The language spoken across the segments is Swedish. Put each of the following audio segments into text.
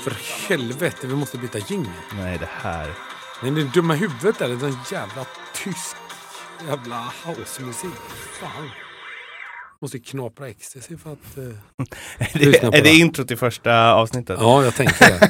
För helvete, vi måste byta jingle. Nej, det här. Men det är dumma huvudet där, det är en jävla tysk jävla housemusik. Fan. Måste knapra ecstasy för att är det intro till första avsnittet? Ja, jag tänker det.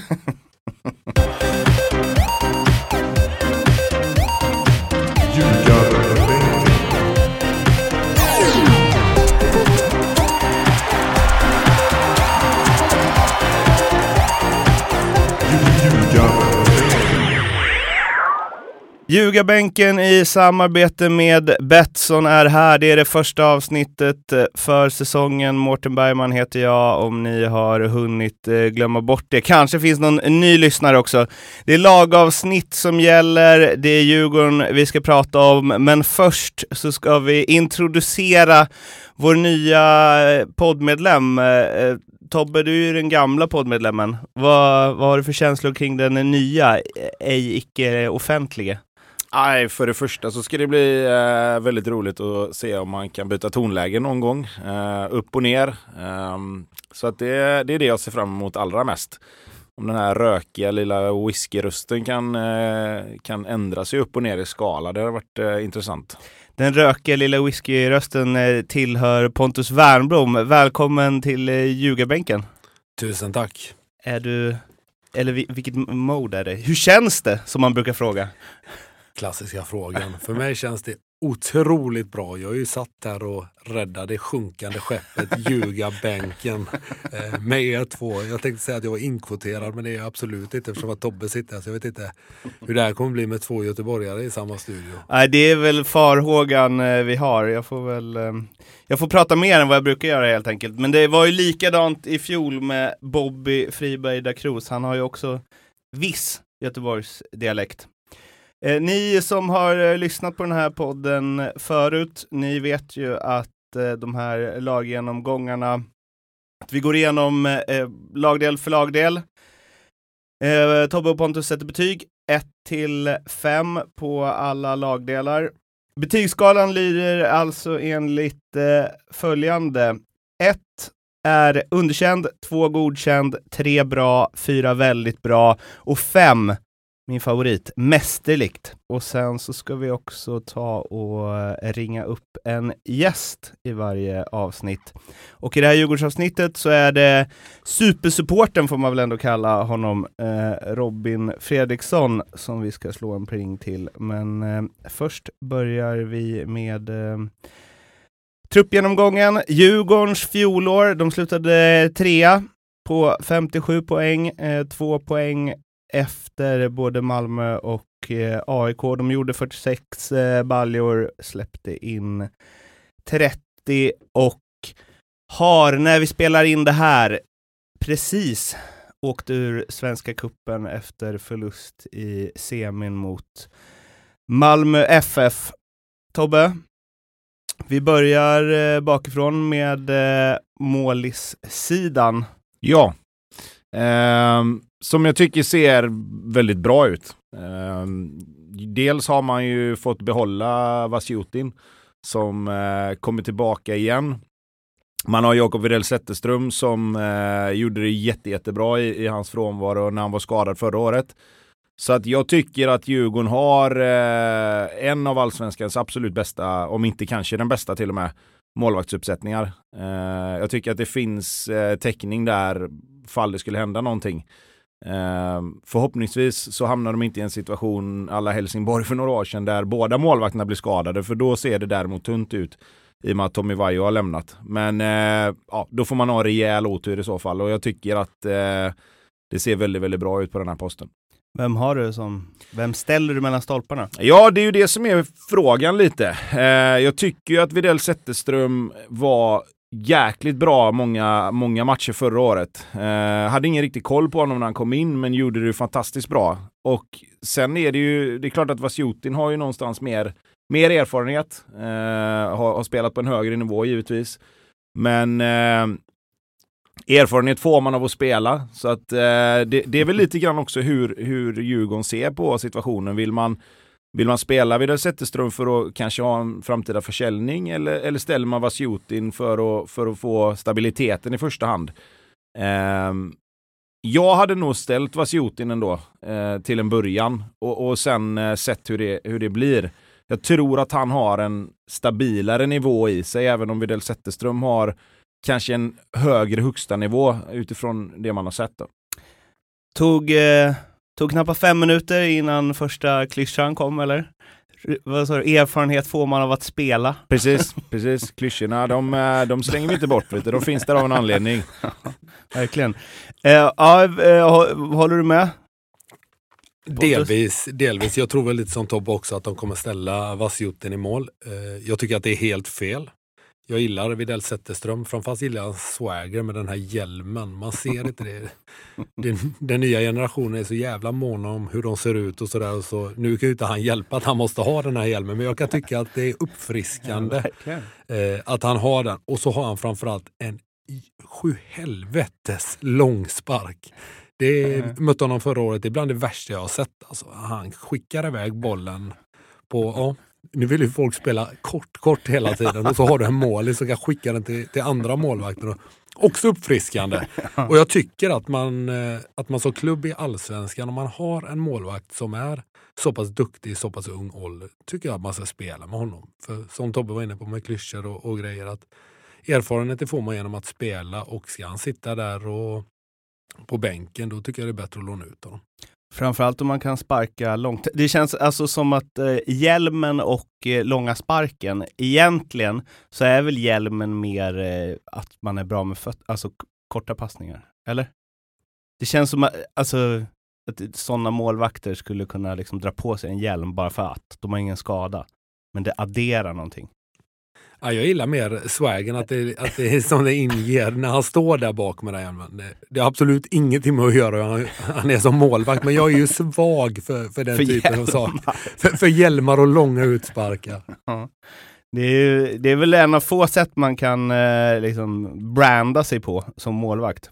Ljugarbänken i samarbete med Betsson är här. Det är det första avsnittet för säsongen. Mårten Bergman heter jag, om ni har hunnit glömma bort det. Kanske finns någon ny lyssnare också. Det är lagavsnitt som gäller. Det är Djurgården vi ska prata om. Men först så ska vi introducera vår nya poddmedlem. Tobbe, du är ju den gamla poddmedlemmen. Vad har du för känslor kring den nya, icke offentliga? Nej, för det första så ska det bli väldigt roligt att se om man kan byta tonläge någon gång. Upp och ner. Så att det är det jag ser fram emot allra mest. Om den här rökiga lilla whiskyrösten kan ändra sig upp och ner i skala. Det har varit intressant. Den rökiga lilla whiskyrösten tillhör Pontus Wernbloom. Välkommen till Ljugarbänken. Tusen tack. Vilket mode är det? Hur känns det, som man brukar fråga? Klassiska frågan. För mig känns det otroligt bra. Jag har ju satt här och räddade det sjunkande skeppet Ljugarbänken med er två. Jag tänkte säga att jag var inkvoterad, men det är jag absolut inte eftersom att Tobbe sitter här. Så jag vet inte hur det här kommer bli med två göteborgare i samma studio. Nej, det är väl farhågan vi har. Jag får prata mer än vad jag brukar göra helt enkelt. Men det var ju likadant i fjol med Bobby Friberg da Cruz. Han har ju också viss Göteborgs dialekt. Ni som har lyssnat på den här podden förut, ni vet ju att de här laggenomgångarna, att vi går igenom lagdel för lagdel. Tobbe och Pontus sätter betyg 1-5 på alla lagdelar. Betygsskalan lyder alltså enligt följande: 1 är underkänd, 2 godkänd, 3 bra, 4 väldigt bra och 5, min favorit, mästerligt. Och sen så ska vi också ta och ringa upp en gäst i varje avsnitt. Och i det här Djurgårdsavsnittet så är det supersupporten, får man väl ändå kalla honom, Robin Fredriksson, som vi ska slå en pling till. Men först börjar vi med truppgenomgången. Djurgårdens fjolår, de slutade 3 på 57 poäng, 2 poäng efter både Malmö och AIK. De gjorde 46 baljor, släppte in 30 och har, när vi spelar in det här, precis åkt ur Svenska cupen efter förlust i semin mot Malmö FF. Tobbe, vi börjar bakifrån med målissidan. Ja. Som jag tycker ser väldigt bra ut. Dels har man ju fått behålla Vasjutin som kommer tillbaka igen. Man har Jakob Widell Zetterström som gjorde det jättebra i hans frånvaro när han var skadad förra året. Så att jag tycker att Djurgården har en av allsvenskans absolut bästa, om inte kanske den bästa till och med, målvaktsuppsättningar. Jag tycker att det finns täckning där fall det skulle hända någonting. Förhoppningsvis så hamnar de inte i en situation alla Helsingborg för några år sedan där båda målvakterna blir skadade, för då ser det däremot tunt ut i och med att Tommy Vaiho har lämnat. Men då får man ha rejäl otur i så fall, och jag tycker att det ser väldigt, väldigt bra ut på den här posten. Vem ställer du mellan stolparna? Ja, det är ju det som är frågan lite. Jag tycker ju att Widell Zetterström var jäkligt bra många matcher förra året. Hade ingen riktig koll på honom när han kom in, men gjorde det fantastiskt bra. Och sen är det är klart att Vasjutin har ju någonstans mer erfarenhet. Har spelat på en högre nivå givetvis. Men erfarenhet får man av att spela. Så att det är väl lite grann också hur Djurgården ser på situationen. Vill man spela Widell Zetterström för att kanske ha en framtida försäljning, eller ställer man Vasjutin för att få stabiliteten i första hand? Jag hade nog ställt Vasjutin ändå till en början och sen sett hur det blir. Jag tror att han har en stabilare nivå i sig, även om Widell Zetterström har kanske en högre högsta nivå utifrån det man har sett då. Tog knappt 5 minuter innan första klyschan kom, eller? Vad sa du? Erfarenhet får man av att spela. Precis. Klyschorna, de slänger vi inte bort, vet du. De finns där av en anledning. Verkligen. Håller du med? Delvis. Jag tror väl lite som Tobbe också att de kommer ställa Vasjutin i mål. Jag tycker att det är helt fel. Jag gillar Widell Zetterström. Framförallt gillar jag swagger med den här hjälmen. Man ser inte det. Den nya generationen är så jävla måna om hur de ser ut och sådär. Så nu kan ju inte han hjälpa att han måste ha den här hjälmen. Men jag kan tycka att det är uppfriskande att han har den. Och så har han framförallt en 7 helvetes långspark. Det mötte honom förra året. Det är bland det värsta jag har sett. Alltså, han skickar iväg bollen på... Nu vill ju folk spela kort hela tiden och så har du en mål så kan skicka den till andra målvakter. Också uppfriskande. Och jag tycker att man som klubb i Allsvenskan, om man har en målvakt som är så pass duktig, så pass ung ålder, tycker jag att man ska spela med honom. För som Tobbe var inne på med klyschor och grejer, att erfarenhet får man genom att spela, och ska han sitta där och på bänken, då tycker jag det är bättre att låna ut honom. Framförallt om man kan sparka långt. Det känns alltså som att hjälmen och långa sparken, egentligen så är väl hjälmen mer att man är bra med alltså korta passningar, eller? Det känns som att sådana målvakter skulle kunna liksom dra på sig en hjälm bara för att de har ingen skada. Men det adderar någonting. Ja, jag gillar mer swaggen, att det är som det inger när han står där bak med den hjälmen. Det har absolut ingenting med att göra. Han är som målvakt, men jag är ju svag för den typen av sak. För hjälmar och långa utsparkar. Ja. Det är väl en av få sätt man kan liksom branda sig på som målvakt.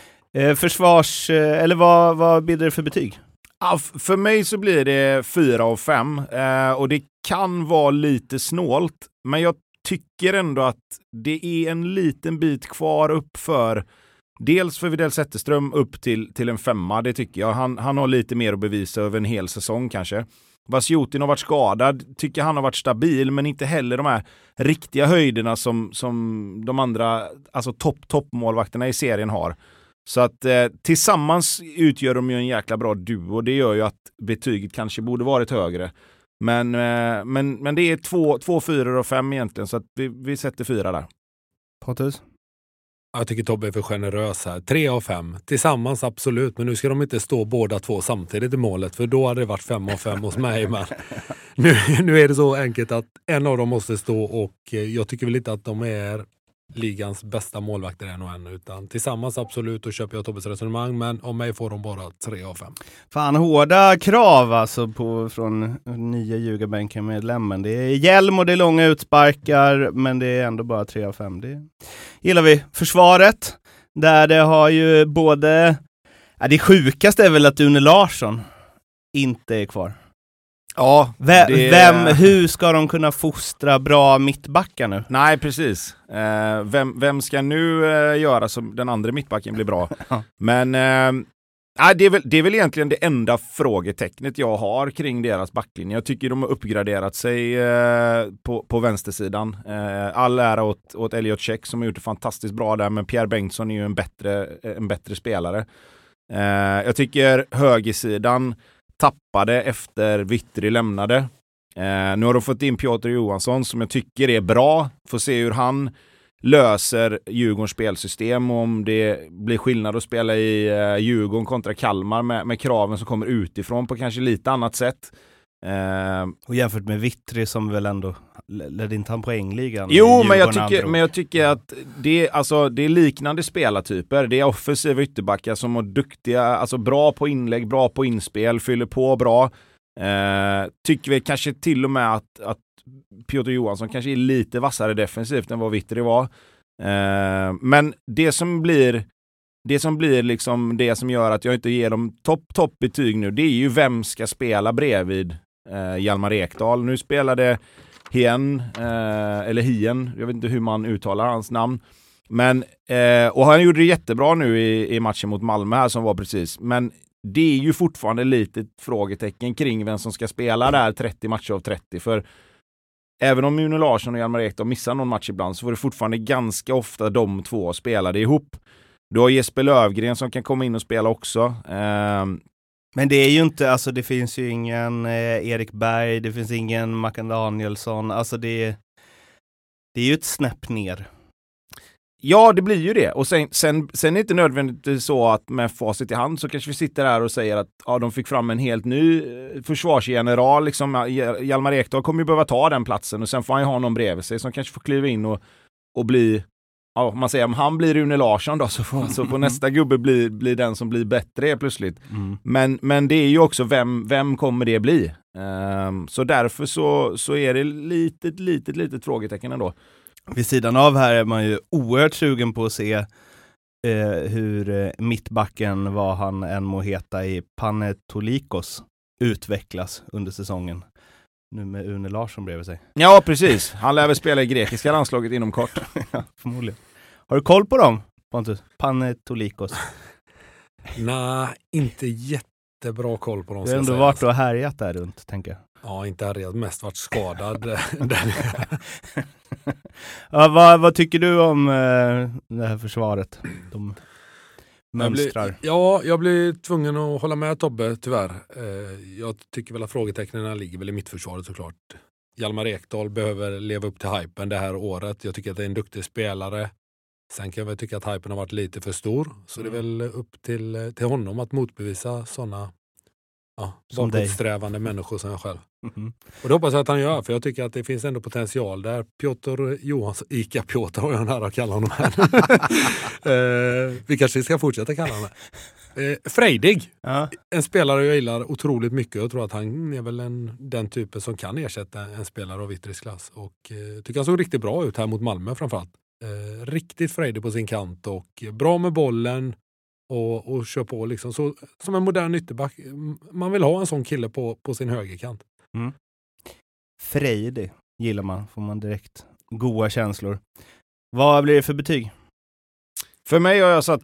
Eller vad blir det för betyg? Ja, för mig så blir det 4 av 5. Och det kan vara lite snålt, men jag tycker ändå att det är en liten bit kvar upp för, dels för Widell Zetterström upp till en 5, det tycker jag. Han har lite mer att bevisa över en hel säsong kanske. Vasjutin har varit skadad, tycker han har varit stabil, men inte heller de här riktiga höjderna som de andra, alltså toppmålvakterna i serien har. Så att tillsammans utgör de ju en jäkla bra duo. Det gör ju att betyget kanske borde varit högre. Men det är 2, 4 och 5 egentligen, så att vi sätter 4 där. Pontus? Jag tycker Tobbe är för generös här. 3 av 5. Tillsammans absolut, men nu ska de inte stå båda två samtidigt i målet, för då hade det varit 5 av 5 hos mig. Men nu är det så enkelt att en av dem måste stå, och jag tycker väl inte att de är ligans bästa målvakter än, utan tillsammans absolut, och köper jag Tobbes resonemang, men om mig får de bara 3 av 5. Fan, hårda krav alltså från nya Ljugarbänken-medlemmen. Det är hjälm och det är långa utsparkar, men det är ändå bara 3 av 5. Det gillar vi. Försvaret, där det har ju både... det sjukaste är väl att Une Larsson inte är kvar. Ja, hur ska de kunna fostra bra mittbackar nu? Nej, precis. Vem ska nu göra som den andra mittbacken blir bra? Men det är väl egentligen det enda frågetecknet jag har kring deras backlinje. Jag tycker de har uppgraderat sig på vänstersidan. All ära åt Elliot Check som har gjort det fantastiskt bra där, men Pierre Bengtsson är ju en bättre spelare. Jag tycker högersidan tappade efter Vittry lämnade. Nu har de fått in Piotr Johansson som jag tycker är bra. Får se hur han löser Djurgårdens spelsystem, och om det blir skillnad att spela i Djurgården kontra Kalmar med kraven som kommer utifrån på kanske lite annat sätt. Och jämfört med Vittry som väl ändå ledde inte han poängligan. Jo, men jag tycker att det är liknande spelartyper. Det är offensiva ytterbackar som är duktiga, alltså bra på inlägg, bra på inspel, fyller på bra. Tycker vi kanske till och med att Piotr Johansson kanske är lite vassare defensivt än vad Vittry var. Men det som blir liksom det som gör att jag inte ger dem topp betyg nu, det är ju vem ska spela bredvid Hjalmar Ekdal. Nu spelade Hien, jag vet inte hur man uttalar hans namn. Men, och han gjorde det jättebra nu i matchen mot Malmö här som var precis. Men det är ju fortfarande lite frågetecken kring vem som ska spela där 30 matcher av 30. För även om Uno Larsson och Hjalmar Ekdal missar någon match ibland så var det fortfarande ganska ofta de två spelade ihop. Du har Jesper Lövgren som kan komma in och spela också. Men det är ju inte, alltså det finns ju ingen Erik Berg, det finns ingen Mackan Danielsson, alltså det är ju ett snäpp ner. Ja, det blir ju det. Och sen är det inte nödvändigt så att med facit i hand så kanske vi sitter här och säger att de fick fram en helt ny försvarsgeneral. Liksom, Hjalmar Ekdal kommer ju behöva ta den platsen och sen får han ju ha någon bredvid sig som kanske får kliva in och bli, man säger om han blir Rune Larsson då så får nästa gubbe bli den som blir bättre plötsligt. Men det är ju också vem kommer det bli? Så därför så är det litet frågetecken ändå. Vid sidan av här är man ju oerhört sugen på att se hur mittbacken, vad han än må heta i Panetolikos, utvecklas under säsongen. Nu med Une Larsson bredvid sig. Ja, precis. Han lär väl spela i grekiska landslaget inom kort. Ja, förmodligen. Har du koll på dem, Pontus? Panetolikos? Nej, inte jättebra koll på dem. Du har ändå varit och härjat där runt, tänker jag. Ja, inte härjat, mest varit skadad. Ja, vad tycker du om det här försvaret? De mönstrar. Jag blir tvungen att hålla med Tobbe, tyvärr. Jag tycker väl att frågetecknen ligger väl i mittförsvaret såklart. Hjalmar Ekdal behöver leva upp till hypen det här året. Jag tycker att det är en duktig spelare. Sen kan jag väl tycka att hypen har varit lite för stor. Så det är väl upp till honom att motbevisa sådana bakåtsträvande människor som jag själv. Och det hoppas jag att han gör, för jag tycker att det finns ändå potential där. Piotr Johansson, Piotr har jag nära att kalla honom här. Vi kanske ska fortsätta kalla honom Freidig. En spelare jag gillar otroligt mycket. Jag tror att han är väl den typen som kan ersätta en spelare av ytterst klass. Och tycker han såg riktigt bra ut här mot Malmö framförallt. Riktigt Freidig på sin kant och bra med bollen. Och kör på liksom så, som en modern ytterback. Man vill ha en sån kille på sin högerkant. Freidig gillar man, får man direkt goda känslor. Vad blir det för betyg? För mig har jag satt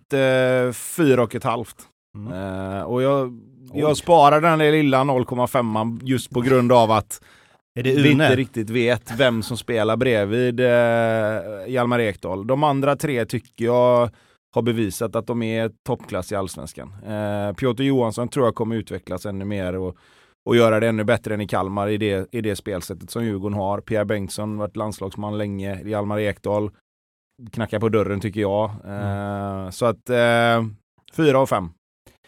4,5. Och jag sparar den där lilla 0,5 just på grund av att vi inte riktigt vet vem som spelar bredvid Hjalmar Ekdal. De andra tre tycker jag har bevisat att de är toppklass i allsvenskan. Piotr Johansson tror jag kommer utvecklas ännu mer och göra det ännu bättre än i Kalmar i det spelsättet som Djurgården har. Pierre Bengtsson varit landslagsman länge. Hjalmar Ekdal knackar på dörren tycker jag. Så att 4 av 5.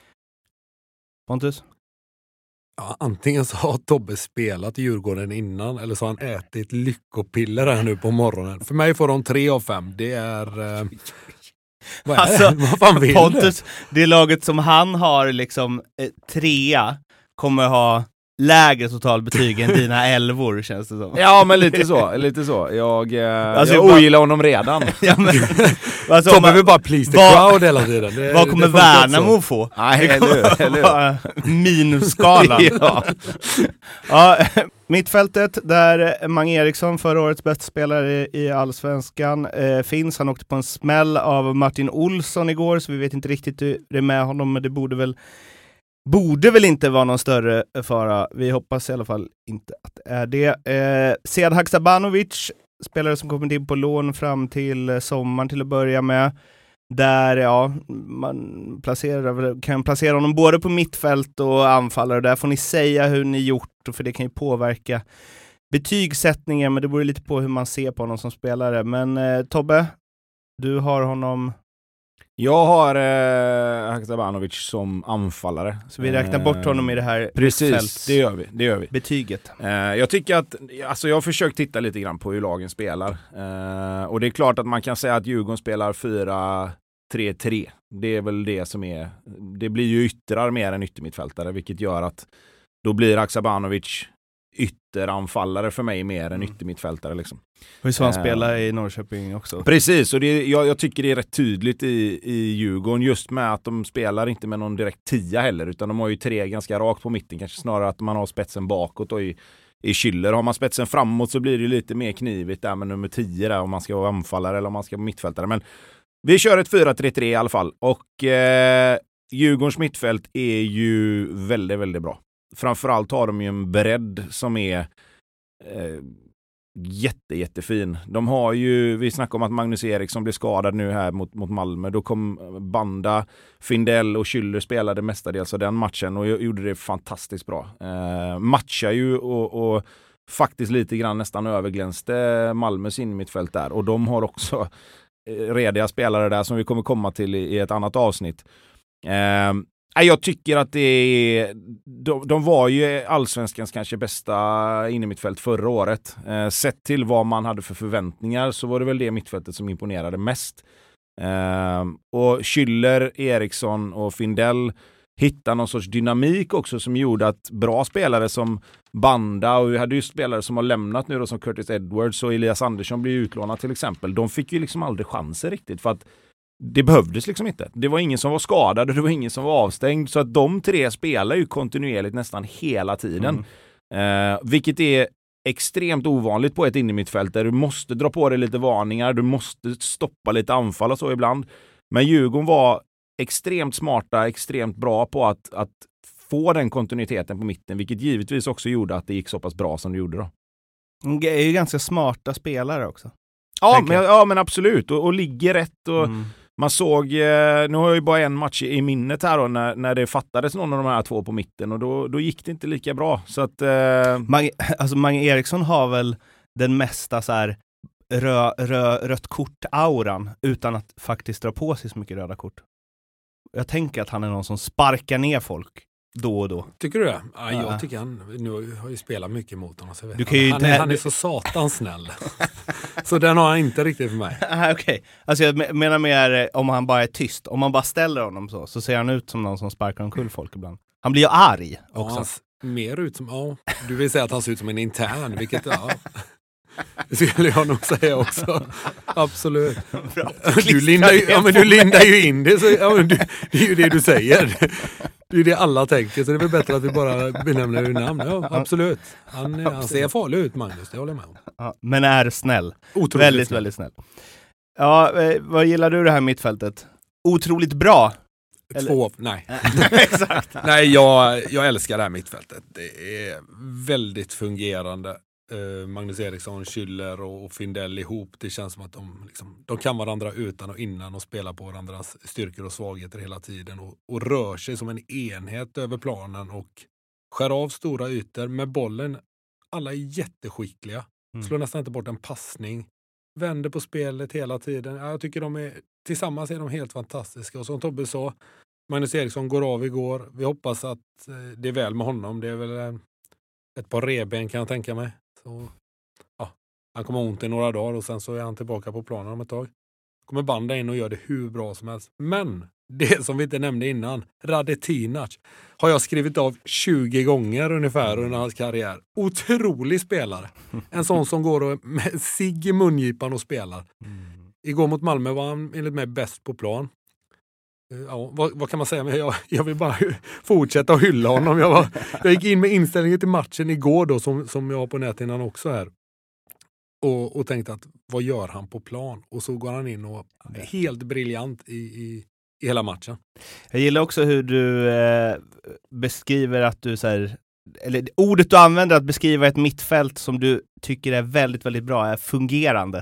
Pontus? Ja, antingen så har Tobbe spelat i Djurgården innan eller så har han ätit lyckopiller här nu på morgonen. För mig får de 3 av 5. Det är... Vad är det? Vad fan vill Pontus, det laget som han har liksom 3 kommer ha lägre totalbetyg än dina 11 känns det som. Ja, men lite så. Jag ogillar honom redan. Ja, men, alltså, Tobbe vill bara please the crowd hela tiden. Vad kommer Värnamo få? Nej, eller minusskalan. Ja, mittfältet där Mange Eriksson, förra årets bästa spelare i allsvenskan, finns. Han åkte på en smäll av Martin Olsson igår, så vi vet inte riktigt hur det är med honom, men det borde väl inte vara någon större fara. Vi hoppas i alla fall inte att det är det. Sead Haksabanovic, spelare som kommit in på lån fram till sommaren till att börja med. Där man kan placera honom både på mittfält och anfallare. Där får ni säga hur ni gjort, för det kan ju påverka betygssättningen, men det beror lite på hur man ser på honom som spelare. Men Tobbe, du har honom... Jag har Haksabanovic som anfallare. Så vi räknar bort honom i det här. Precis, det gör vi. Betyget. Jag tycker att, alltså jag har försökt titta lite grann på hur lagen spelar. Och det är klart att man kan säga att Djurgården spelar 4-3-3. Det är väl det som är, det blir ju yttrar mer än yttermittfältare, vilket gör att då blir Haksabanovic ytteranfallare för mig mer än yttermittfältare liksom. Hur så han spelar i Norrköping också. Precis, och jag tycker det är rätt tydligt i Djurgården just med att de spelar inte med någon direkt 10 heller, utan de har ju 3 ganska rakt på mitten, kanske snarare att man har spetsen bakåt och i Schüller. Har man spetsen framåt så blir det lite mer knivigt där med nummer 10 där, om man ska vara anfallare eller om man ska vara mittfältare. Men vi kör ett 4-3-3 i alla fall, och Djurgårdens mittfält är ju väldigt, väldigt bra. Framförallt har de ju en bredd som är jättefin. De har ju, vi snackar om att Magnus Eriksson blev skadad nu här mot Malmö. Då kom Banda, Findell och Schüller spelade mestadels av den matchen och gjorde det fantastiskt bra. Matchar ju och faktiskt lite grann nästan överglänste Malmös innermittfält där. Och de har också rediga spelare där som vi kommer komma till i ett annat avsnitt. Jag tycker att de var ju allsvenskans kanske bästa innermittfält förra året. Sett till vad man hade för förväntningar så var det väl det mittfältet som imponerade mest. Och Schüller, Eriksson och Findell hittade någon sorts dynamik också som gjorde att bra spelare som Banda, och vi hade ju spelare som har lämnat nu då, som Curtis Edwards och Elias Andersson blir utlånad till exempel. De fick ju liksom aldrig chanser riktigt för att det behövdes liksom inte. Det var ingen som var skadad och det var ingen som var avstängd, så att de 3 spelar ju kontinuerligt nästan hela tiden. Vilket är extremt ovanligt på ett innermittfält där du måste dra på dig lite varningar, du måste stoppa lite anfall och så ibland. Men Djurgården var extremt smarta, extremt bra på att få den kontinuiteten på mitten, vilket givetvis också gjorde att det gick så pass bra som det gjorde då. Det är ju ganska smarta spelare också. Ja, men absolut. Och ligger rätt. Och man såg, nu har jag ju bara en match i minnet här då, när det fattades någon av de här 2 på mitten. Och då gick det inte lika bra. Så att, Mange Eriksson har väl den mesta så här rött kort-auran utan att faktiskt dra på sig så mycket röda kort. Jag tänker att han är någon som sparkar ner folk då och då. Tycker du det? Ja, jag tycker nu har jag ju spelat mycket mot honom. Så jag vet. Du kan ju han är så satans snäll. Så den har han inte riktigt för mig. Okej. Alltså jag menar mer om han bara är tyst. Om man bara ställer honom så ser han ut som någon som sparkar omkull folk ibland. Han blir ju arg också. Ja, mer ut som, du vill säga att han ser ut som en intern, vilket det skulle jag nog säga också. Absolut. Du lindar ju in det. Så, det är ju det du säger. Det är det alla tänker. Så det är väl bättre att vi bara benämner det namn. Ja, absolut. Han ser farlig ut, Magnus. Det håller jag med om. Ja, men är snäll. Otroligt väldigt, väldigt snäll. Ja, vad gillar du det här mittfältet? Otroligt bra. 2, nej. Exakt. Nej, jag älskar det här mittfältet. Det är väldigt fungerande. Magnus Eriksson, Schüller och Findell ihop. Det känns som att de kan varandra utan och innan och spelar på varandras styrkor och svagheter hela tiden och rör sig som en enhet över planen och skär av stora ytor med bollen. Alla är jätteskickliga. Slår nästan inte bort en passning. Vänder på spelet hela tiden. Jag tycker tillsammans är de helt fantastiska. Och som Tobbe sa, Magnus Eriksson går av igår. Vi hoppas att det är väl med honom. Det är väl ett par reben kan jag tänka mig. Så, han kommer ont i några dagar och sen så är han tillbaka på planen om ett tag. Kommer Banda in och gör det hur bra som helst. Men det som vi inte nämnde innan, Radetinac, har jag skrivit av 20 gånger ungefär under hans karriär. Otrolig spelare. En sån som går med cigg i mungipan och spelar. Igår mot Malmö var han enligt mig bäst på plan. Ja, vad kan man säga? Men jag vill bara fortsätta att hylla honom. Jag gick in med inställningen till matchen igår då, som jag har på nätet innan också här. Och tänkte att vad gör han på plan? Och så går han in och är helt briljant i hela matchen. Jag gillar också hur du beskriver att du så här, eller ordet du använder att beskriva ett mittfält som du tycker är väldigt, väldigt bra är fungerande.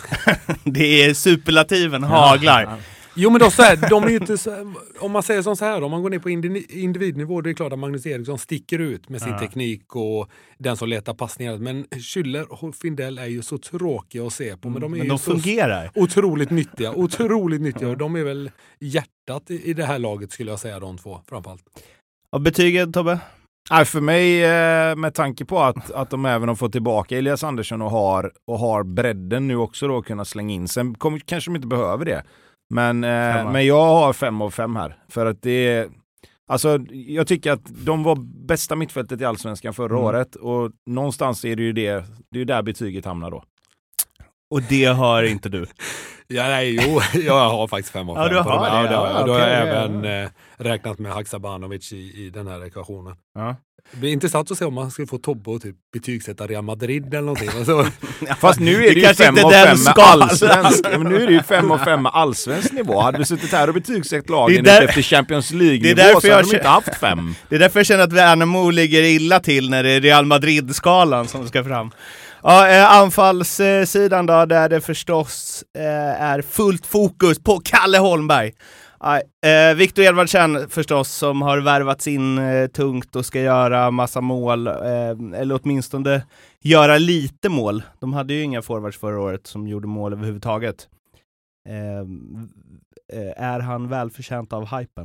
Det är superlativen haglar. Jo, men de är ju inte så, om man säger som så här, om man går ner på individnivå, det är klart att Magnus Eriksson sticker ut med sin teknik och den som letar passningar. Men Schüller och Findell är ju så tråkiga att se på. Men de är ju fungerar. Otroligt nyttiga. Och de är väl hjärtat i det här laget, skulle jag säga, de 2 framförallt. Och betyget, Tobbe? För mig, med tanke på att de även har fått tillbaka Elias Andersson och har bredden nu också då kunna slänga in. Sen kanske de inte behöver det. Men jag har 5 av 5 här. För att Alltså, jag tycker att de var bästa mittfältet i Allsvenskan förra året och någonstans är det ju det är ju där betyget hamnar då. Och det har inte du. Ja, nej, jo, jag har faktiskt 5 av 5. Ja, du har det. Ja, då har jag okej, även räknat med Haksabanovic i den här ekvationen. Ja. Det blir intressant att se om man skulle få Tobbe och typ betygsätta Real Madrid eller någonting. Alltså. Fast nu är det ju 5 av 5 med allsvensk. Men nu är det ju 5 av 5 med allsvensk nivå. Hade du suttit här och betygsätt lagen efter Champions League-nivå så hade de inte haft 5. Det är därför jag känner att Värnamo ligger illa till när det är Real Madrid-skalan som ska fram. Ja, anfallssidan då, där det förstås är fullt fokus på Kalle Holmberg. Victor Edvardsen förstås, som har värvats in tungt och ska göra massa mål, eller åtminstone göra lite mål. De hade ju inga forwards förra året som gjorde mål överhuvudtaget. Är han välförtjänt av hypen?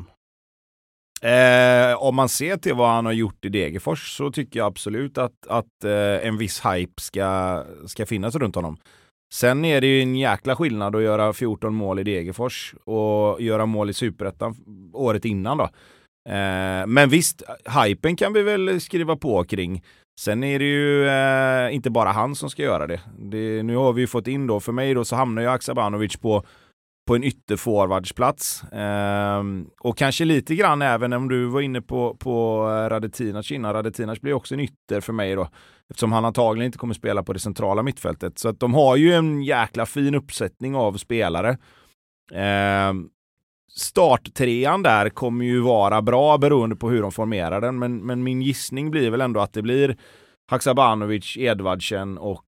Om man ser till vad han har gjort i Degerfors så tycker jag absolut att en viss hype ska finnas runt honom. Sen är det ju en jäkla skillnad att göra 14 mål i Degerfors och göra mål i Superettan året innan då. Men visst, hypen kan vi väl skriva på kring. Sen är det ju inte bara han som ska göra det. Nu har vi ju fått in då, för mig då så hamnar ju Haksabanovic på en ytterforwardsplats. Och kanske lite grann även om du var inne på Radetinac innan. Radetinac blir också en ytter för mig då. Eftersom han antagligen inte kommer spela på det centrala mittfältet. Så att de har ju en jäkla fin uppsättning av spelare. Starttrean där kommer ju vara bra beroende på hur de formerar den. Men min gissning blir väl ändå att det blir Haksabanovic, Edvardsen och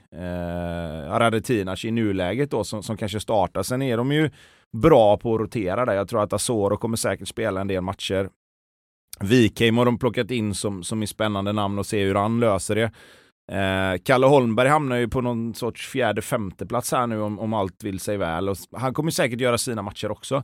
Radetinac i nuläget då som kanske startar. Sen är de ju bra på att rotera där. Jag tror att Asoro kommer säkert spela en del matcher. Wikheim har de plockat in som är spännande namn och se hur han löser det. Kalle Holmberg hamnar ju på någon sorts 4:e-5:e plats här nu om allt vill sig väl. Och han kommer säkert göra sina matcher också.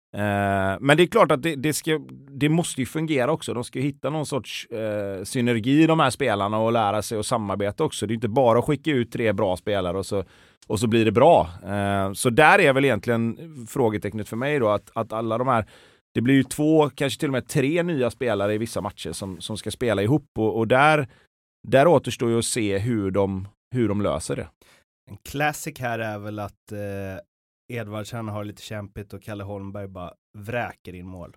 Men det är klart att det måste ju fungera också. De ska hitta någon sorts synergi i de här spelarna och lära sig att samarbeta också. Det är inte bara att skicka ut 3 bra spelare och så blir det bra. Så där är väl egentligen frågetecknet för mig då att alla de här, det blir ju 2, kanske till och med 3 nya spelare i vissa matcher som ska spela ihop och där återstår ju att se hur de löser det. En classic här är väl att Edvardsen har lite kämpigt och Kalle Holmberg bara vräker in mål.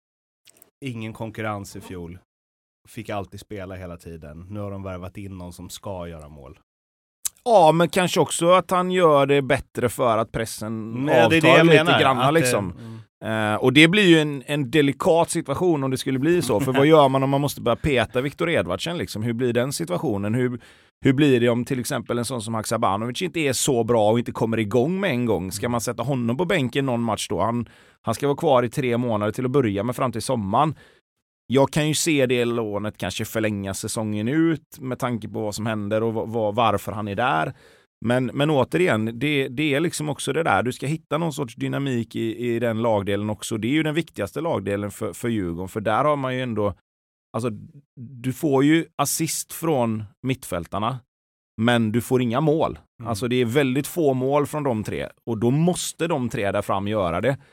Ingen konkurrens i fjol. Fick alltid spela hela tiden. Nu har de värvat in någon som ska göra mål. Ja, men kanske också att han gör det bättre för att pressen avtar lite grann liksom. Och det blir ju en delikat situation om det skulle bli så. För vad gör man om man måste börja peta Victor Edvardsen liksom? Hur blir den situationen? Hur blir det om till exempel en sån som Haksabanovic inte är så bra och inte kommer igång med en gång? Ska man sätta honom på bänken någon match då? Han ska vara kvar i 3 månader till att börja med fram till sommaren. Jag kan ju se det lånet kanske förlänga säsongen ut med tanke på vad som händer och varför han är där. Men återigen, det är liksom också det där. Du ska hitta någon sorts dynamik i den lagdelen också. Det är ju den viktigaste lagdelen för Djurgården. För där har man ju ändå, alltså du får ju assist från mittfältarna, men du får inga mål. Alltså det är väldigt få mål från de 3. Och då måste de 3 där fram göra det.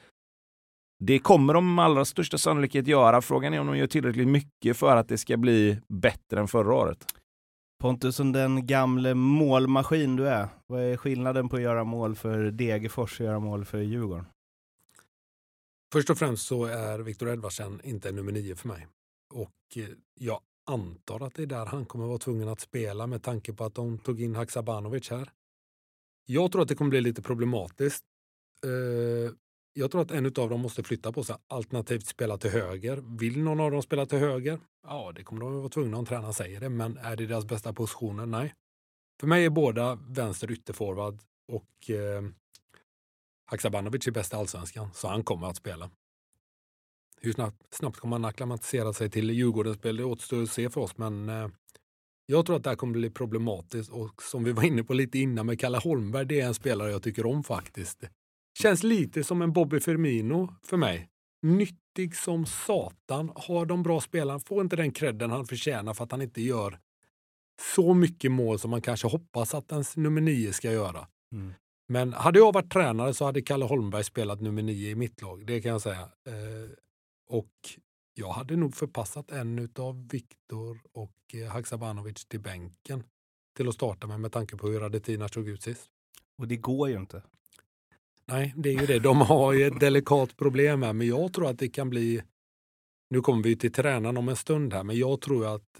Det kommer de allra största sannolikhet göra. Frågan är om de gör tillräckligt mycket för att det ska bli bättre än förra året. Pontus, som den gamla målmaskin du är, vad är skillnaden på att göra mål för Degerfors och göra mål för Djurgården? Först och främst så är Victor Edvardsen inte nummer 9 för mig. Och jag antar att det är där han kommer vara tvungen att spela med tanke på att de tog in Haksabanovic här. Jag tror att det kommer bli lite problematiskt. Jag tror att en av dem måste flytta på sig, alternativt spela till höger. Vill någon av dem spela till höger? Ja, det kommer de vara tvungna om tränaren säger det. Men är det deras bästa positioner? Nej. För mig är båda vänster ytterforward och Haksabanovic är bästa allsvenskan, så han kommer att spela. Hur snabbt kommer han acklimatisera sig till Djurgårdens spel? Det återstår att se för oss, men jag tror att det här kommer bli problematiskt. Och som vi var inne på lite innan med Kalle Holmberg, det är en spelare jag tycker om faktiskt. Känns lite som en Bobby Firmino för mig. Nyttig som satan. Har de bra spelare, får inte den credden han förtjänar för att han inte gör så mycket mål som man kanske hoppas att ens nummer 9 ska göra. Men hade jag varit tränare så hade Kalle Holmberg spelat nummer 9 i mitt lag. Det kan jag säga. Och jag hade nog förpassat en utav Viktor och Haksabanovic till bänken till att starta med tanke på hur Radetinac såg ut sist. Och det går ju inte. Nej, det är ju det. De har ju ett delikat problem här, men jag tror att det kan bli... Nu kommer vi till tränaren om en stund här, men jag tror att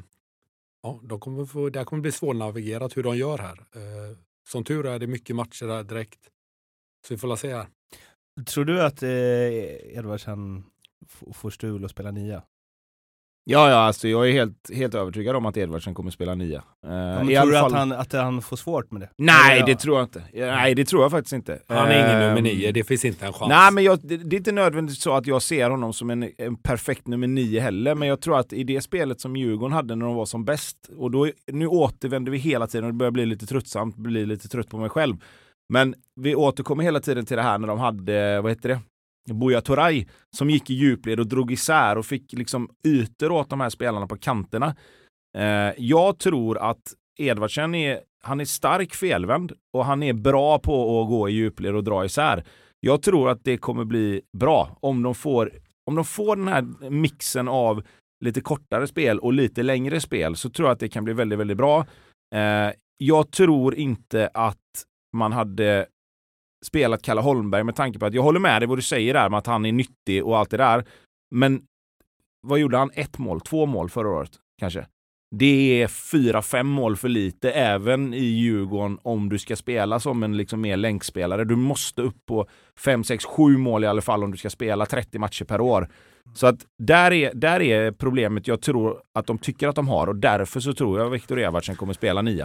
det kommer bli svårnavigerat hur de gör här. Som tur är det mycket matcher där direkt. Så vi får se här. Tror du att Edvardsen får stul och spela 9? Ja, alltså jag är helt övertygad om att Edvardsen kommer spela 9. Tror du att han får svårt med det? Nej, det tror jag inte. Nej, det tror jag faktiskt inte. Han är ingen nummer 9, det finns inte en chans. Nej, men det är inte nödvändigt så att jag ser honom som en perfekt nummer 9 heller, men jag tror att i det spelet som Djurgården hade när de var som bäst, och då, nu återvänder vi hela tiden och det börjar bli lite tröttsamt, bli lite trött på mig själv. Men vi återkommer hela tiden till det här när de hade, vad heter det? Buya Turay som gick i djupled och drog isär och fick liksom ytor åt de här spelarna på kanterna. Jag tror att Edvardsen han är stark felvänd och han är bra på att gå i djupled och dra isär. Jag tror att det kommer bli bra om de får den här mixen av lite kortare spel och lite längre spel, så tror jag att det kan bli väldigt, väldigt bra. Jag tror inte att man hade spelat Kalle Holmberg med tanke på att jag håller med dig vad du säger där med att han är nyttig och allt det där. Men vad gjorde han? 1 mål, 2 mål förra året kanske. Det är 4-5 mål för lite även i Djurgården om du ska spela som en liksom mer länkspelare. Du måste upp på 5-6-7 mål i alla fall om du ska spela 30 matcher per år. Så att där är problemet jag tror att de tycker att de har, och därför så tror jag att Viktor Edvardsen kommer spela 9.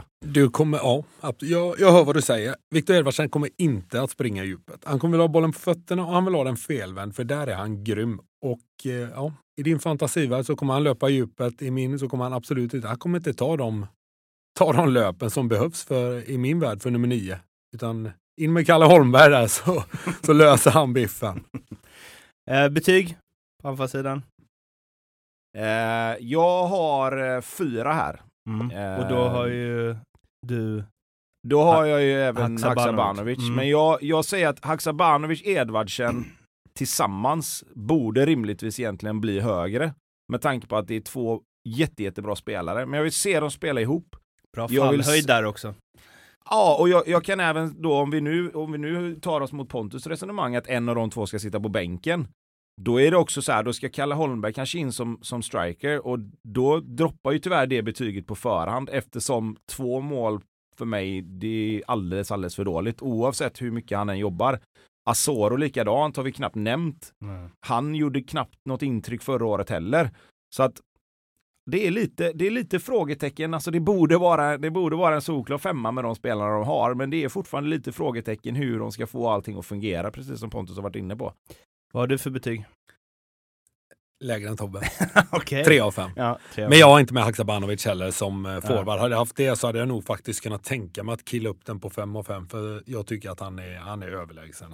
Jag hör vad du säger. Viktor Edvardsen kommer inte att springa i djupet. Han kommer ha bollen på fötterna och han vill ha den felvänd, för där är han grym. Och i din fantasivärld så kommer han löpa i djupet, i min så kommer han absolut inte. Han kommer inte ta de löpen som behövs i min värld för nummer 9. Utan in med Kalle Holmberg där så löser han biffen. Betyg på anfallssidan? Jag har 4 här. Och då har ju du... Då har jag ju även Haksabanovic. Men jag säger att Haksabanovic, Edvardsen tillsammans borde rimligtvis egentligen bli högre. Med tanke på att det är 2 jättebra spelare. Men jag vill se dem spela ihop. Bra fallhöjd där också. Ja, och jag kan även då, om vi nu tar oss mot Pontus resonemang att en av de 2 ska sitta på bänken. Då är det också så här, då ska Kalle Holmberg kanske in som striker, och då droppar ju tyvärr det betyget på förhand, eftersom 2 mål för mig, det är alldeles för dåligt oavsett hur mycket han än jobbar. Asoro likadant har vi knappt nämnt. Han gjorde knappt något intryck förra året heller. Så att det är lite frågetecken. Alltså det borde vara en solklar 5 med de spelarna de har, men det är fortfarande lite frågetecken hur de ska få allting att fungera, precis som Pontus har varit inne på. Vad har du för betyg? Lägre än Tobbe. Okay. 3 av 5. Ja, men jag har inte med Haksabanovic heller som forward. Hade jag haft det så hade jag nog faktiskt kunnat tänka mig att killa upp den på 5 av 5. För jag tycker att han är överlägsen.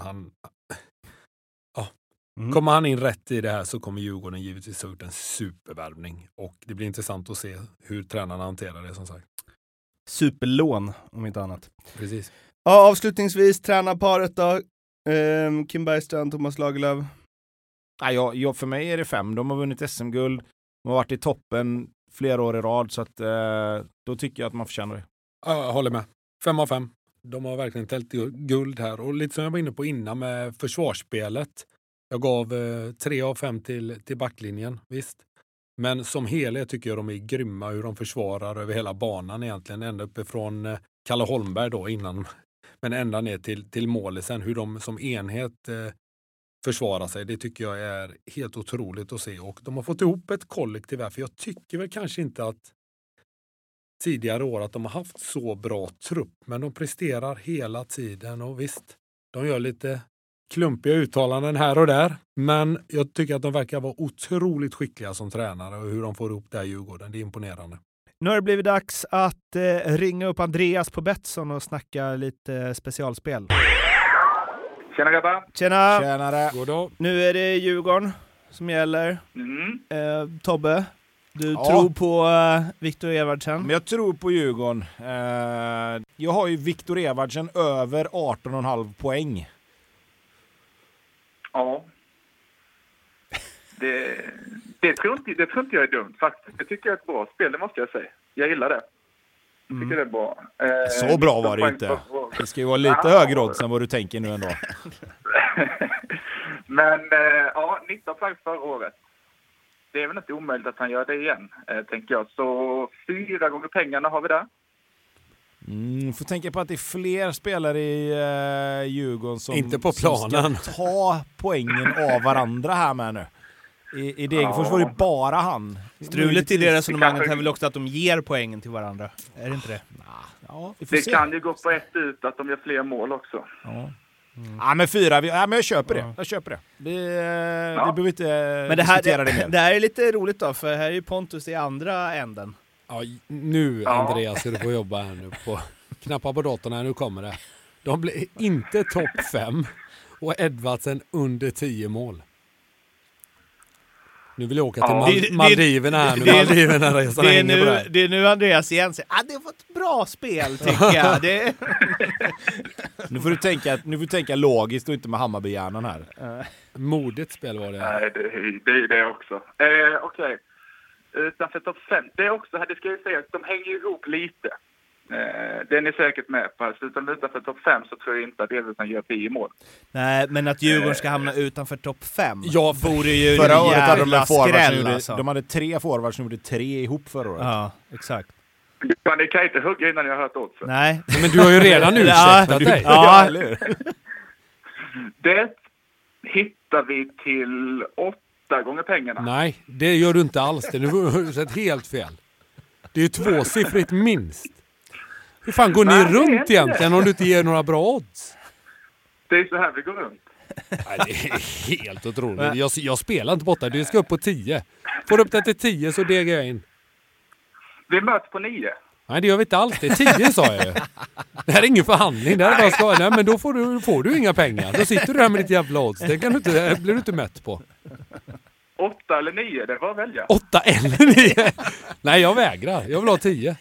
Kommer han in rätt i det här så kommer Djurgården givetvis ha gjort en supervärvning. Och det blir intressant att se hur tränarna hanterar det, som sagt. Superlån, om inte annat. Precis. Ja, avslutningsvis, tränarparet då. Kim Bergstrand, Thomas Lagerlöf. Ja, för mig är det 5. De har vunnit SM-guld. De har varit i toppen flera år i rad, så att då tycker jag att man förtjänar det. Ja, jag håller med. 5 av 5. De har verkligen tält guld här. Och lite som jag var inne på innan med försvarsspelet. Jag gav 3 av 5 till backlinjen, visst. Men som helhet tycker jag de är grymma hur de försvarar över hela banan egentligen. Ända uppifrån Kalle Holmberg då innan. Men ända ner till målisen. Hur de som enhet försvarar sig. Det tycker jag är helt otroligt att se. Och de har fått ihop ett kollektiv här. För jag tycker väl kanske inte att tidigare år att de har haft så bra trupp. Men de presterar hela tiden. Och visst, de gör lite klumpiga uttalanden här och där. Men jag tycker att de verkar vara otroligt skickliga som tränare. Och hur de får ihop det här Djurgården. Det är imponerande. Nu har det blivit dags att ringa upp Andreas på Betsson och snacka lite specialspel. Tjena grabbar! Tjena! Goddag. Nu är det Djurgården som gäller. Tobbe, du tror på Viktor Edvardsen? Men jag tror på Djurgården. Jag har ju Viktor Edvardsen över 18,5 poäng. Ja. Det tror inte jag är dumt faktiskt. Det tycker jag är ett bra spel, det måste jag säga. Jag gillar det. Jag tycker det är bra. Så bra var det inte. Det ska ju vara lite högre odds än vad du tänker nu ändå. Men 19 poäng förra året. Det är väl inte omöjligt att han gör det igen, tänker jag. Så 4 gånger pengarna har vi där. Får tänka på att det är fler spelare i Djurgården som, inte på planen, som ska ta poängen av varandra här med nu. I Degerfors var det bara han. Strulet i det resonemanget är väl också att de ger poängen till varandra. Är det inte det? Ja, vi får det se. Kan ju gå på ett ut att de gör fler mål också. Ja, men 4. Men jag köper det. Jag köper det. Vi behöver inte diskutera det mer. Det här är lite roligt då, för här är ju Pontus i andra änden. Ja, nu Andreas är du på jobba här nu på knappa på datorn här, nu kommer det. De blir inte topp 5 och Edvardsen under 10 mål. Nu vill jag åka till Maldiverna här nu. Maldiverna resan hänger på det här. Det är nu Andreas igen säger det var ett bra spel tycker jag. Nu får du tänka logiskt och inte med Hammarbyhjärnan här. Modigt spel var det. Nej, det är det också. Okej. Utanför topp 5. Det är också här, det ska jag säga att de hänger ihop lite. Det är ni säkert med på. Så utanför topp 5 så tror jag inte att Edvardsen gör 10 mål. Nej, men att Djurgården ska hamna utanför topp 5 vore ju förra året hade jävla skräll alltså. De hade 3 forwards som gjorde 3 ihop förra året. Ja, exakt. Men ni kan inte hugga innan jag har hört oddsen. Nej. Men du har ju redan ursäktat dig. Ja. Det hittar vi till 8 gånger pengarna. Nej, det gör du inte alls. Det har du sett helt fel. Det är ju 2-siffrigt minst. Hur fan går ni runt egentligen om du inte ger några bra odds? Det är så här vi går runt. Nej, det är helt otroligt. Jag spelar inte borta. Du ska upp på 10. Får du upp det till 10 så degar jag in. Vi möts på 9. Nej, det gör vi inte alls. Det är 10 sa jag ju. Det här är ingen förhandling. Det här är bara nej, men då får du inga pengar. Då sitter du där med ditt jävla odds. Det blir du inte mätt på. 8 eller 9, det var att välja. 8 eller 9? Nej, jag vägrar. Jag vill ha 10.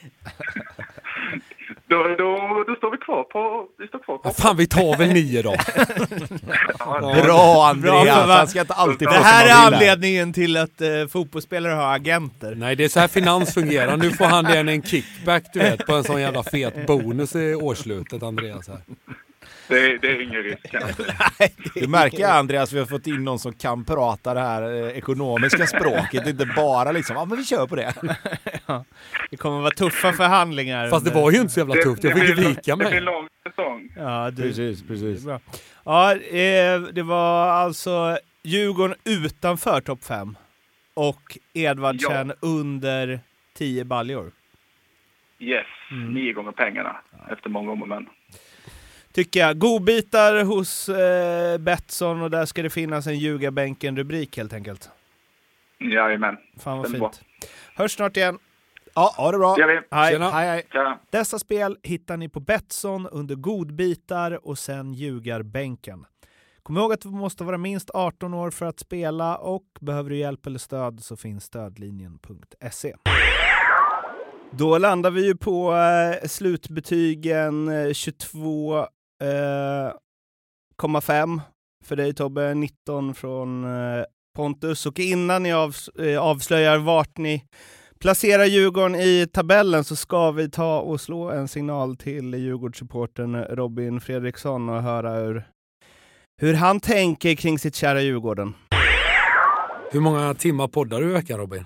Då står vi kvar på... Fan, vi tar väl 9 då. Bra Andreas, han ska inte alltid få det här är anledningen till att fotbollsspelare har agenter. Nej, det är så här finans fungerar. Nu får han en kickback, du vet, på en sån jävla fet bonus i årsslutet, Andreas här. Det är ingen risk. Du märker Andreas, vi har fått in någon som kan prata det här ekonomiska språket, inte bara liksom, men vi kör på det. Ja, det kommer att vara tuffa förhandlingar. Fast det var ju inte så jävla tufft, jag fick ju vika mig. Det blir en lång säsong. Ja, precis. Det ja, det var alltså Djurgården utanför topp 5 och Edvardsen under 10 baljor. Yes, 9 gånger pengarna efter många om och men. Tycker jag. Godbitar hos Betsson och där ska det finnas en ljugarbänken-rubrik helt enkelt. Jajamän. Fan vad fint. Hörs snart igen. Ja, ha det bra. Hej. Tjena. Dessa spel hittar ni på Betsson under godbitar och sen ljugarbänken. Kom ihåg att du måste vara minst 18 år för att spela och behöver du hjälp eller stöd så finns stödlinjen.se. Då landar vi ju på slutbetygen 22,5 för dig Tobbe, 19 från Pontus. Och innan ni avslöjar vart ni placerar Djurgården i tabellen så ska vi ta och slå en signal till Djurgårdssupporten Robin Fredriksson och höra hur han tänker kring sitt kära Djurgården. Hur många timmar poddar du i veckan, Robin?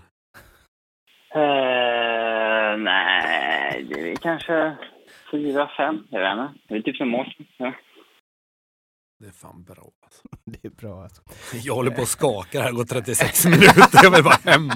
Nej, det är kanske 4-5, jag vet inte. Det är typ som oss. Ja. Det är fan bra alltså. Det är bra alltså. Jag håller på att skaka här, går 36 minuter, jag vill bara hem.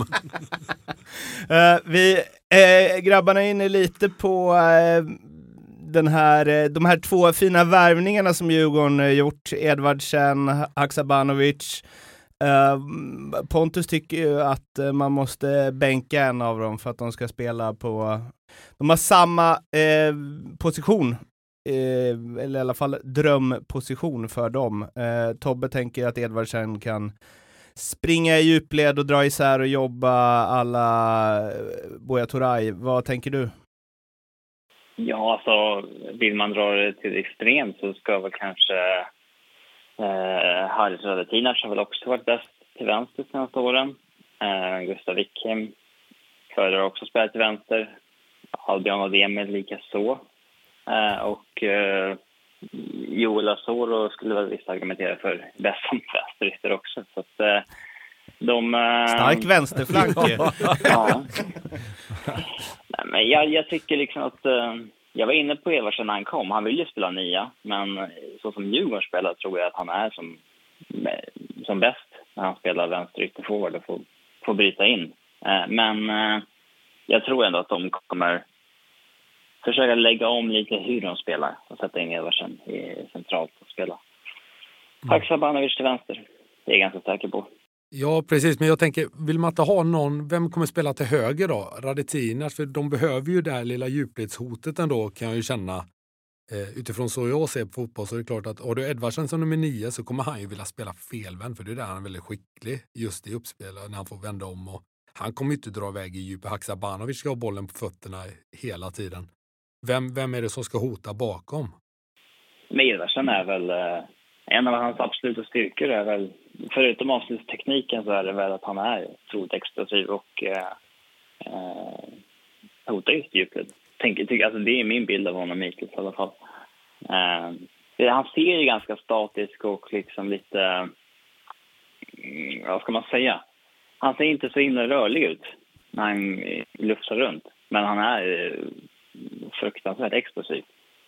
Vi grabbarna är inne lite på de här 2 fina värvningarna som Djurgården gjort. Edvardsen, Haksabanovic. Pontus tycker ju att man måste bänka en av dem för att de ska spela på... De har samma position, eller i alla fall drömposition för dem. Tobbe tänker att Edvardsen kan springa i djupled och dra isär och jobba alla Buya Turay. Vad tänker du? Ja, alltså vill man dra det till extremt så ska väl kanske Haris Radetinac har väl också varit bäst till vänster senaste åren. Gustav Wickhem föredrar också att spela till vänster. Albion Ademi lika så. Och Joel Asoro skulle väl visst argumentera för bäst som vänsterytter också. Så att stark vänsterflank. Ja. Nej, men jag tycker liksom att jag var inne på Eversen när han kom. Han vill ju spela 9, men så som Djurgården spelar tror jag att han är som bäst när han spelar vänsterytterforward och får bryta in. Men jag tror ändå att de kommer försöka lägga om lite hur de spelar och sätta in Eversen centralt och spela. Haksabanovic till vänster. Det är jag ganska säker på. Ja, precis. Men jag tänker, vill man inte ha någon, vem kommer spela till höger då? Radetinac, för de behöver ju det här lilla djupledshotet ändå, kan jag ju känna. Utifrån så jag ser på fotboll så är det klart att har du Edvardsen som nummer 9 så kommer han ju vilja spela felvänd, för det är där han är väldigt skicklig just i uppspel när han får vända om. Och han kommer inte dra iväg i djup. Haksabanovic ska ha bollen på fötterna hela tiden. Vem är det som ska hota bakom? Edvardsen är väl en av hans absoluta styrkor är väl, förutom avslutstekniken så är det väl att han är otroligt explosiv och hotar just djupet. Alltså det är min bild av honom hittills i alla fall. Han ser ju ganska statisk och liksom lite, vad ska man säga? Han ser inte så himla rörlig ut när han lufsar runt. Men han är fruktansvärt explosiv.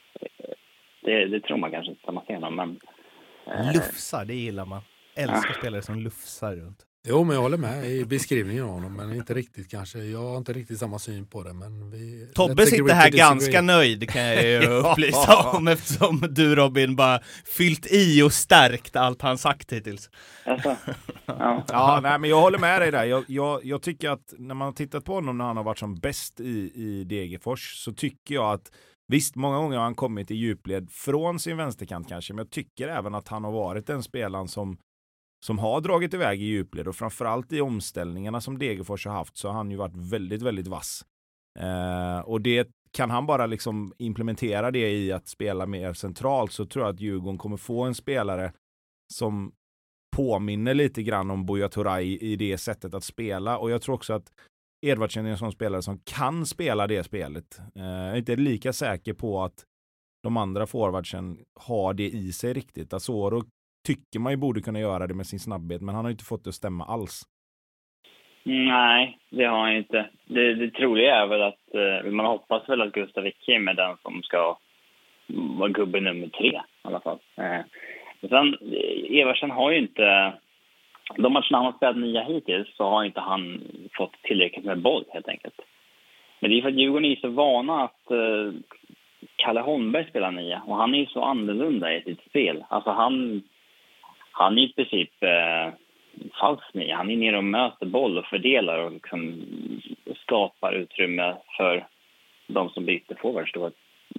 Det tror man kanske inte när man ser honom, men lufsar, det gillar man. Älskar spelare som lufsar runt. Jo, men jag håller med i beskrivningen av honom, men inte riktigt kanske. Jag har inte riktigt samma syn på det, men Tobbe sitter här ganska nöjd, kan jag ju upplysa om, eftersom du, Robin, bara fyllt i och stärkt allt han sagt hittills. Alltså, ja, nej, men jag håller med dig där. Jag tycker att när man har tittat på honom när han har varit som bäst i Degerfors, så tycker jag att visst, många gånger har han kommit i djupled från sin vänsterkant kanske, men jag tycker även att han har varit den spelaren som har dragit iväg i djupled, och framförallt i omställningarna som Degerfors har haft så har han ju varit väldigt, väldigt vass. Och det kan han bara liksom implementera det i att spela mer centralt, så tror jag att Djurgården kommer få en spelare som påminner lite grann om Buya Turay i det sättet att spela, och jag tror också att Edvardsen är en sån spelare som kan spela det spelet. Jag är inte lika säker på att de andra forwardsen har det i sig riktigt. Asoro tycker man ju borde kunna göra det med sin snabbhet, men han har inte fått det att stämma alls. Nej, det har han inte. Det troliga är väl att man hoppas väl att Gustav Wickhem är den som ska vara gubbe nummer 3 i alla fall. Sen, Eversen har ju inte, de matcherna han har spelat 9 hittills så har inte han fått tillräckligt med boll helt enkelt. Men det är för att Djurgården är så vana att Kalle Holmberg spelar 9, och han är ju så annorlunda i sitt spel. Alltså han är i princip falsk 9. Han är nere och möter boll och fördelar och liksom skapar utrymme för de som byter forwards då att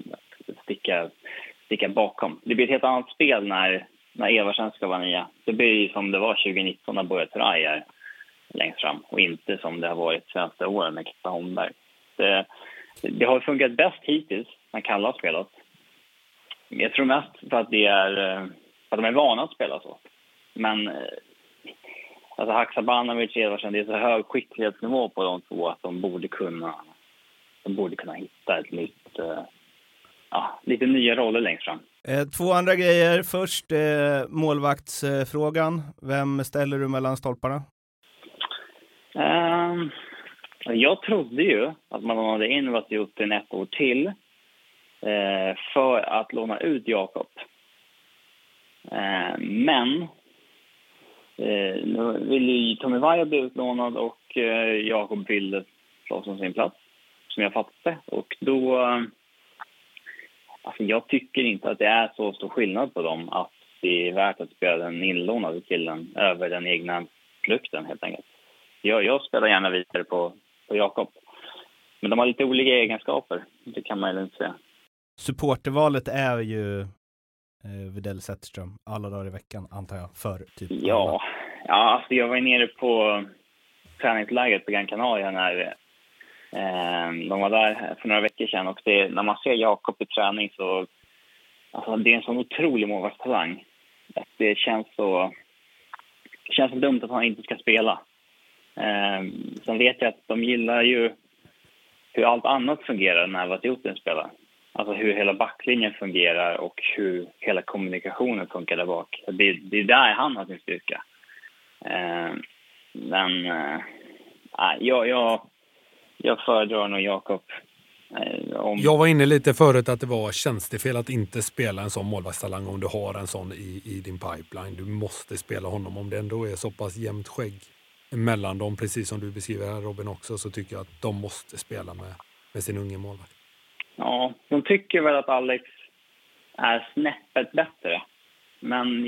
sticka bakom. Det blir ett helt annat spel när Eversen ska vara 9. Det blir ju som det var 2019 när Buya Turay är längst fram, och inte som det har varit senaste åren med Kalle Holmberg. Det har funkat bäst hittills när Kalle har spelat. Jag tror mest för att det är att de är vana att spela så. Men alltså Haksabanovic och Edvardsen, det är så hög skicklighetsnivå på de två att de borde kunna hitta ett nytt, lite nya roller längst fram. 2 andra grejer. Först målvaktsfrågan. Vem ställer du mellan stolparna? Jag trodde ju att man hade investerat in 1 år till för att låna ut Jakob. Men nu vill ju Tommy Vaiho bli utlånad och Jakob vill slåss om sin plats, som jag fattade. Och då, alltså jag tycker inte att det är så stor skillnad på dem att det är värt att spela den inlånade killen över den egna produkten helt enkelt. Jag spelar gärna vidare på Jakob. Men de har lite olika egenskaper, det kan man ju inte säga. Supportervalet är ju Widell Zetterström alla dagar i veckan, antar jag, för typ. Ja, alltså jag var nere på träningsläget på Gran Canaria när de var där för några veckor sedan, och när man ser Jakob i träning så alltså det är en sån otrolig målvaktstalang. Det känns så dumt att han inte ska spela. Sen vet jag att de gillar ju hur allt annat fungerar när Vasiutin spelar. Alltså hur hela backlinjen fungerar och hur hela kommunikationen funkar där bak. Det är där han har sin styrka. Men jag föredrar nog Jakob. Jag var inne lite förut att det var tjänstefel att inte spela en sån målvaktstalang om du har en sån i din pipeline. Du måste spela honom om det ändå är så pass jämnt skägg mellan dem, precis som du beskriver här Robin också, så tycker jag att de måste spela med sin unge målvakt. Ja, de tycker väl att Alex är snäppet bättre. Men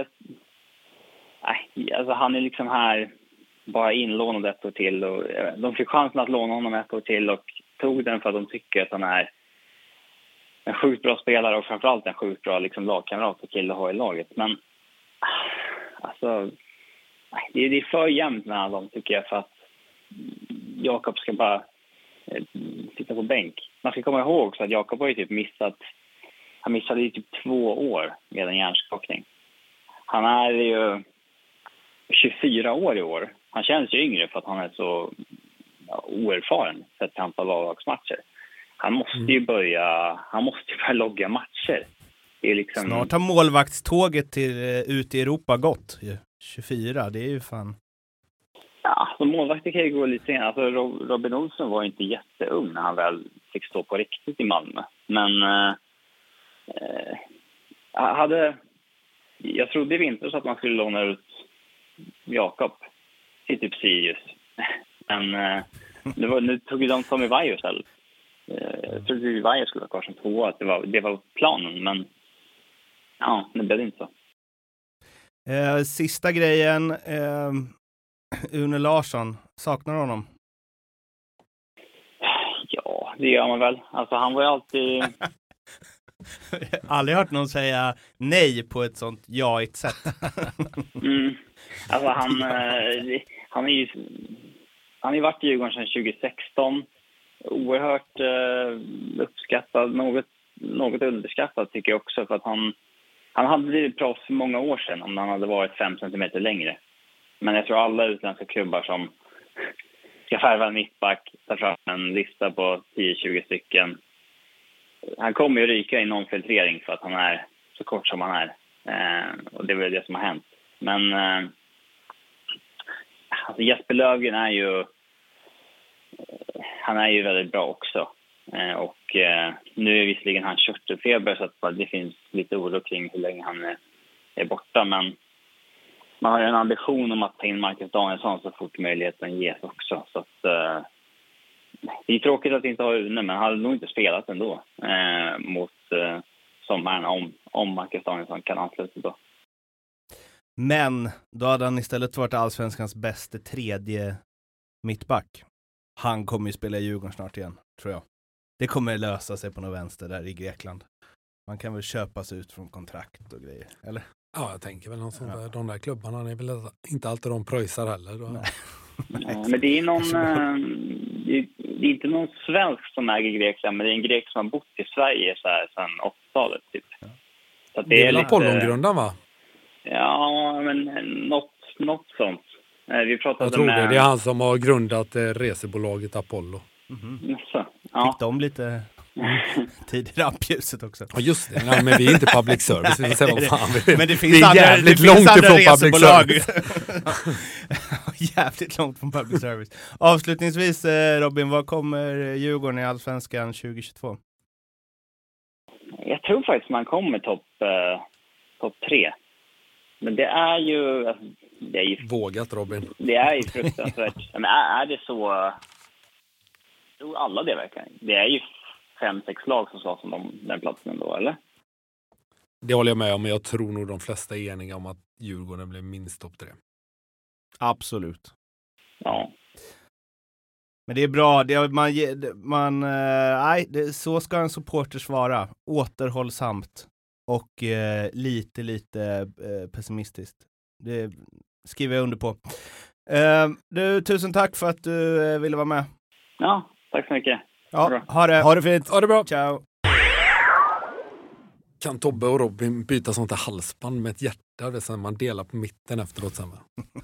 alltså han är liksom här bara inlånad ett år till. Och de fick chansen att låna honom ett år till och tog den för att de tycker att han är en sjukt bra spelare och framförallt en sjukt bra liksom lagkamrat och kille att ha i laget. Men alltså, det är för jämnt mellan dem tycker jag för att Jakob ska bara sitta på bänk. Man ska komma ihåg också att Jakob har ju typ han missade ju typ 2 år med en hjärnskakning. Han är ju 24 år i år. Han känns ju yngre för att han är så oerfaren för ett antal avlagsmatcher. Han måste ju börja logga matcher. Det är liksom... Snart har målvaktståget ut i Europa gått. 24, det är ju fan... Ja, så målvakter kan ju gå lite senare. Alltså, Robin Olsson var inte jätteung när han väl fick stå på riktigt i Malmö. Men jag trodde i vinter så att man skulle låna ut Jakob till typ Sirius. Men nu tog ju de Tommy Vaiho själv. Jag trodde att Vaiho skulle vara kvar som 2 att det var planen, men ja, det blev inte så. Sista grejen, Une Larsson, saknar honom? Ja, det gör man väl. Alltså han var ju alltid... Aldrig hört någon säga nej på ett sånt jaigt sätt. Alltså han har ju varit i Djurgården sedan 2016. Oerhört uppskattad, något underskattad tycker jag också, för att han hade blivit proffs för många år sedan om han hade varit 5 centimeter längre. Men jag tror alla utländska klubbar som ska färva en mittback tar fram en lista på 10-20 stycken. Han kommer ju ryka i någon filtrering för att han är så kort som han är. Och det är väl det som har hänt. Men alltså Jesper Löfgren är ju väldigt bra också. Och nu är visserligen han körtelfeber så att det finns lite oro kring hur länge han är borta. Men man har ju en ambition om att ta in Marcus Danielsson så fort möjligheten ges också. Så att det är tråkigt att inte ha Une, men han hade nog inte spelat ändå mot sommaren om Marcus Danielsson kan ansluta då. Men då hade han istället varit allsvenskans bästa 3:e mittback. Han kommer ju spela i Djurgården snart igen, tror jag. Det kommer lösa sig på något vänster där i Grekland. Man kan väl köpas ut från kontrakt och grejer, eller? Ja, jag tänker väl något sånt där. De där klubbarna är väl inte alltid de pröjsar heller. Då. Nej, men det är det är inte någon svensk som äger Grekland, men det är en grek som har bott i Sverige så här sedan 80-talet typ. Så det är väl Apollongrundan, va? Ja, men något sånt. Vi pratade jag tror det är han som har grundat resebolaget Apollo. Så, ja. Fick de lite tid i rampljuset också. Ja, just det. Nej, men vi är inte public service. Vi säga vad fan. Men det finns jävligt långt ifrån public service. Jävligt långt från public service. Avslutningsvis, Robin, vad kommer Djurgården i Allsvenskan 2022? Jag tror faktiskt man kommer topp 3. Men det är ju... Vågat, Robin. Det är ju fruktansvärt. Men är det så... tror alla det verkligen. Det är ju 5-6 lag som slåss om den platsen ändå, eller? Det håller jag med om, men jag tror nog de flesta är eniga om att Djurgården blir minst topp 3. Absolut. Ja. Men det är bra. Så ska en supporters vara. Återhållsamt. Och lite pessimistiskt. Det skriver jag under på. Tusen tack för att du ville vara med. Ja, tack så mycket. Ja, ha det fint. Ha det bra. Ciao. kan Tobbe och Robin byta sånt här halsband med ett hjärta, det som man delar på mitten efteråt sen.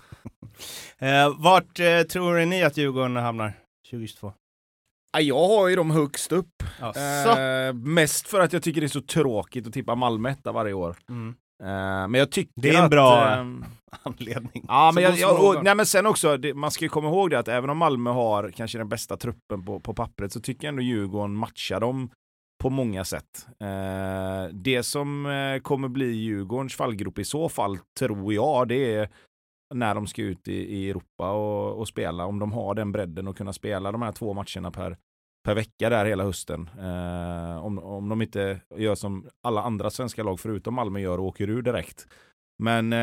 Vart tror ni att Djurgården hamnar 2022? Jag har ju dem högst upp. Mest för att jag tycker det är så tråkigt att tippa Malmö etta varje år. Men jag tycker det är en bra anledning. Ja, men men sen också, man ska ju komma ihåg det att även om Malmö har kanske den bästa truppen på pappret, så tycker jag ändå Djurgården matchar dem på många sätt. Det som kommer bli Djurgårdens fallgrop i så fall, tror jag, det är när de ska ut i Europa och spela. Om de har den bredden och kunna spela de här 2 matcherna per vecka där hela hösten. Om de inte gör som alla andra svenska lag förutom Malmö gör och åker ur direkt. Men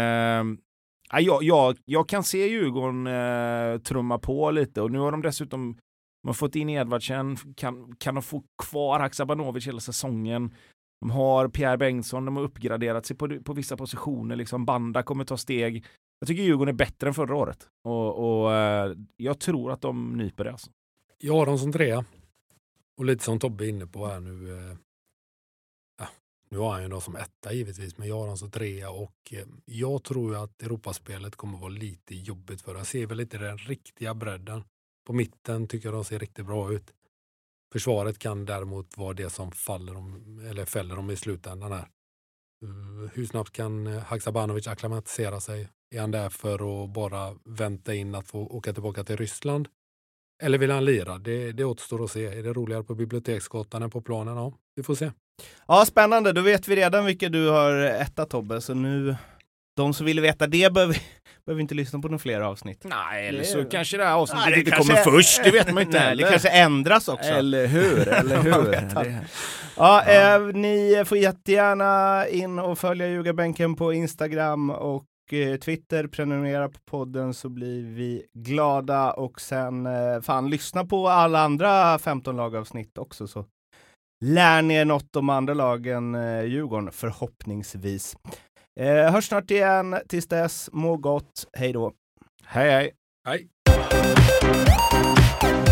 jag kan se Djurgården trumma på lite. Och nu har de dessutom fått in Edvardsen. Kan de få kvar Haksabanovic hela säsongen? De har Pierre Bengtsson, de har uppgraderat sig på vissa positioner. Liksom Banda kommer ta steg. Jag tycker Djurgården är bättre än förra året. Och jag tror att de nyper det. Alltså. Jag har dem som 3. Och lite som Tobbe är inne på här nu. Nu har han ju dem som 1 givetvis. Men jag har dem som 3. Och jag tror ju att Europaspelet kommer vara lite jobbigt för. Jag ser väl lite den riktiga bredden. På mitten tycker jag de ser riktigt bra ut. Försvaret kan däremot vara det som fäller dem i slutändan här. Hur snabbt kan Haksabanovic akklimatisera sig? Är han där för att bara vänta in att få åka tillbaka till Ryssland? Eller vill han lira? Det återstår att se. Är det roligare på Biblioteksgatan än på planen? Ja, vi får se. Ja, spännande. Då vet vi redan vilka du har 1, Tobbe. Så nu, de som vill veta det behöver inte lyssna på några fler avsnitt. Nej, eller så kanske det här avsnittet inte kommer först. Det vet man inte heller. Det kanske ändras också. Eller hur? Ni får jättegärna in och följa Ljugarbänken på Instagram och Twitter, prenumerera på podden så blir vi glada och sen lyssna på alla andra 15 lagavsnitt också så lär ni er något om andra lagen Djurgården förhoppningsvis. Hörs snart igen, tills dess må gott, hej då. Hej. Hej.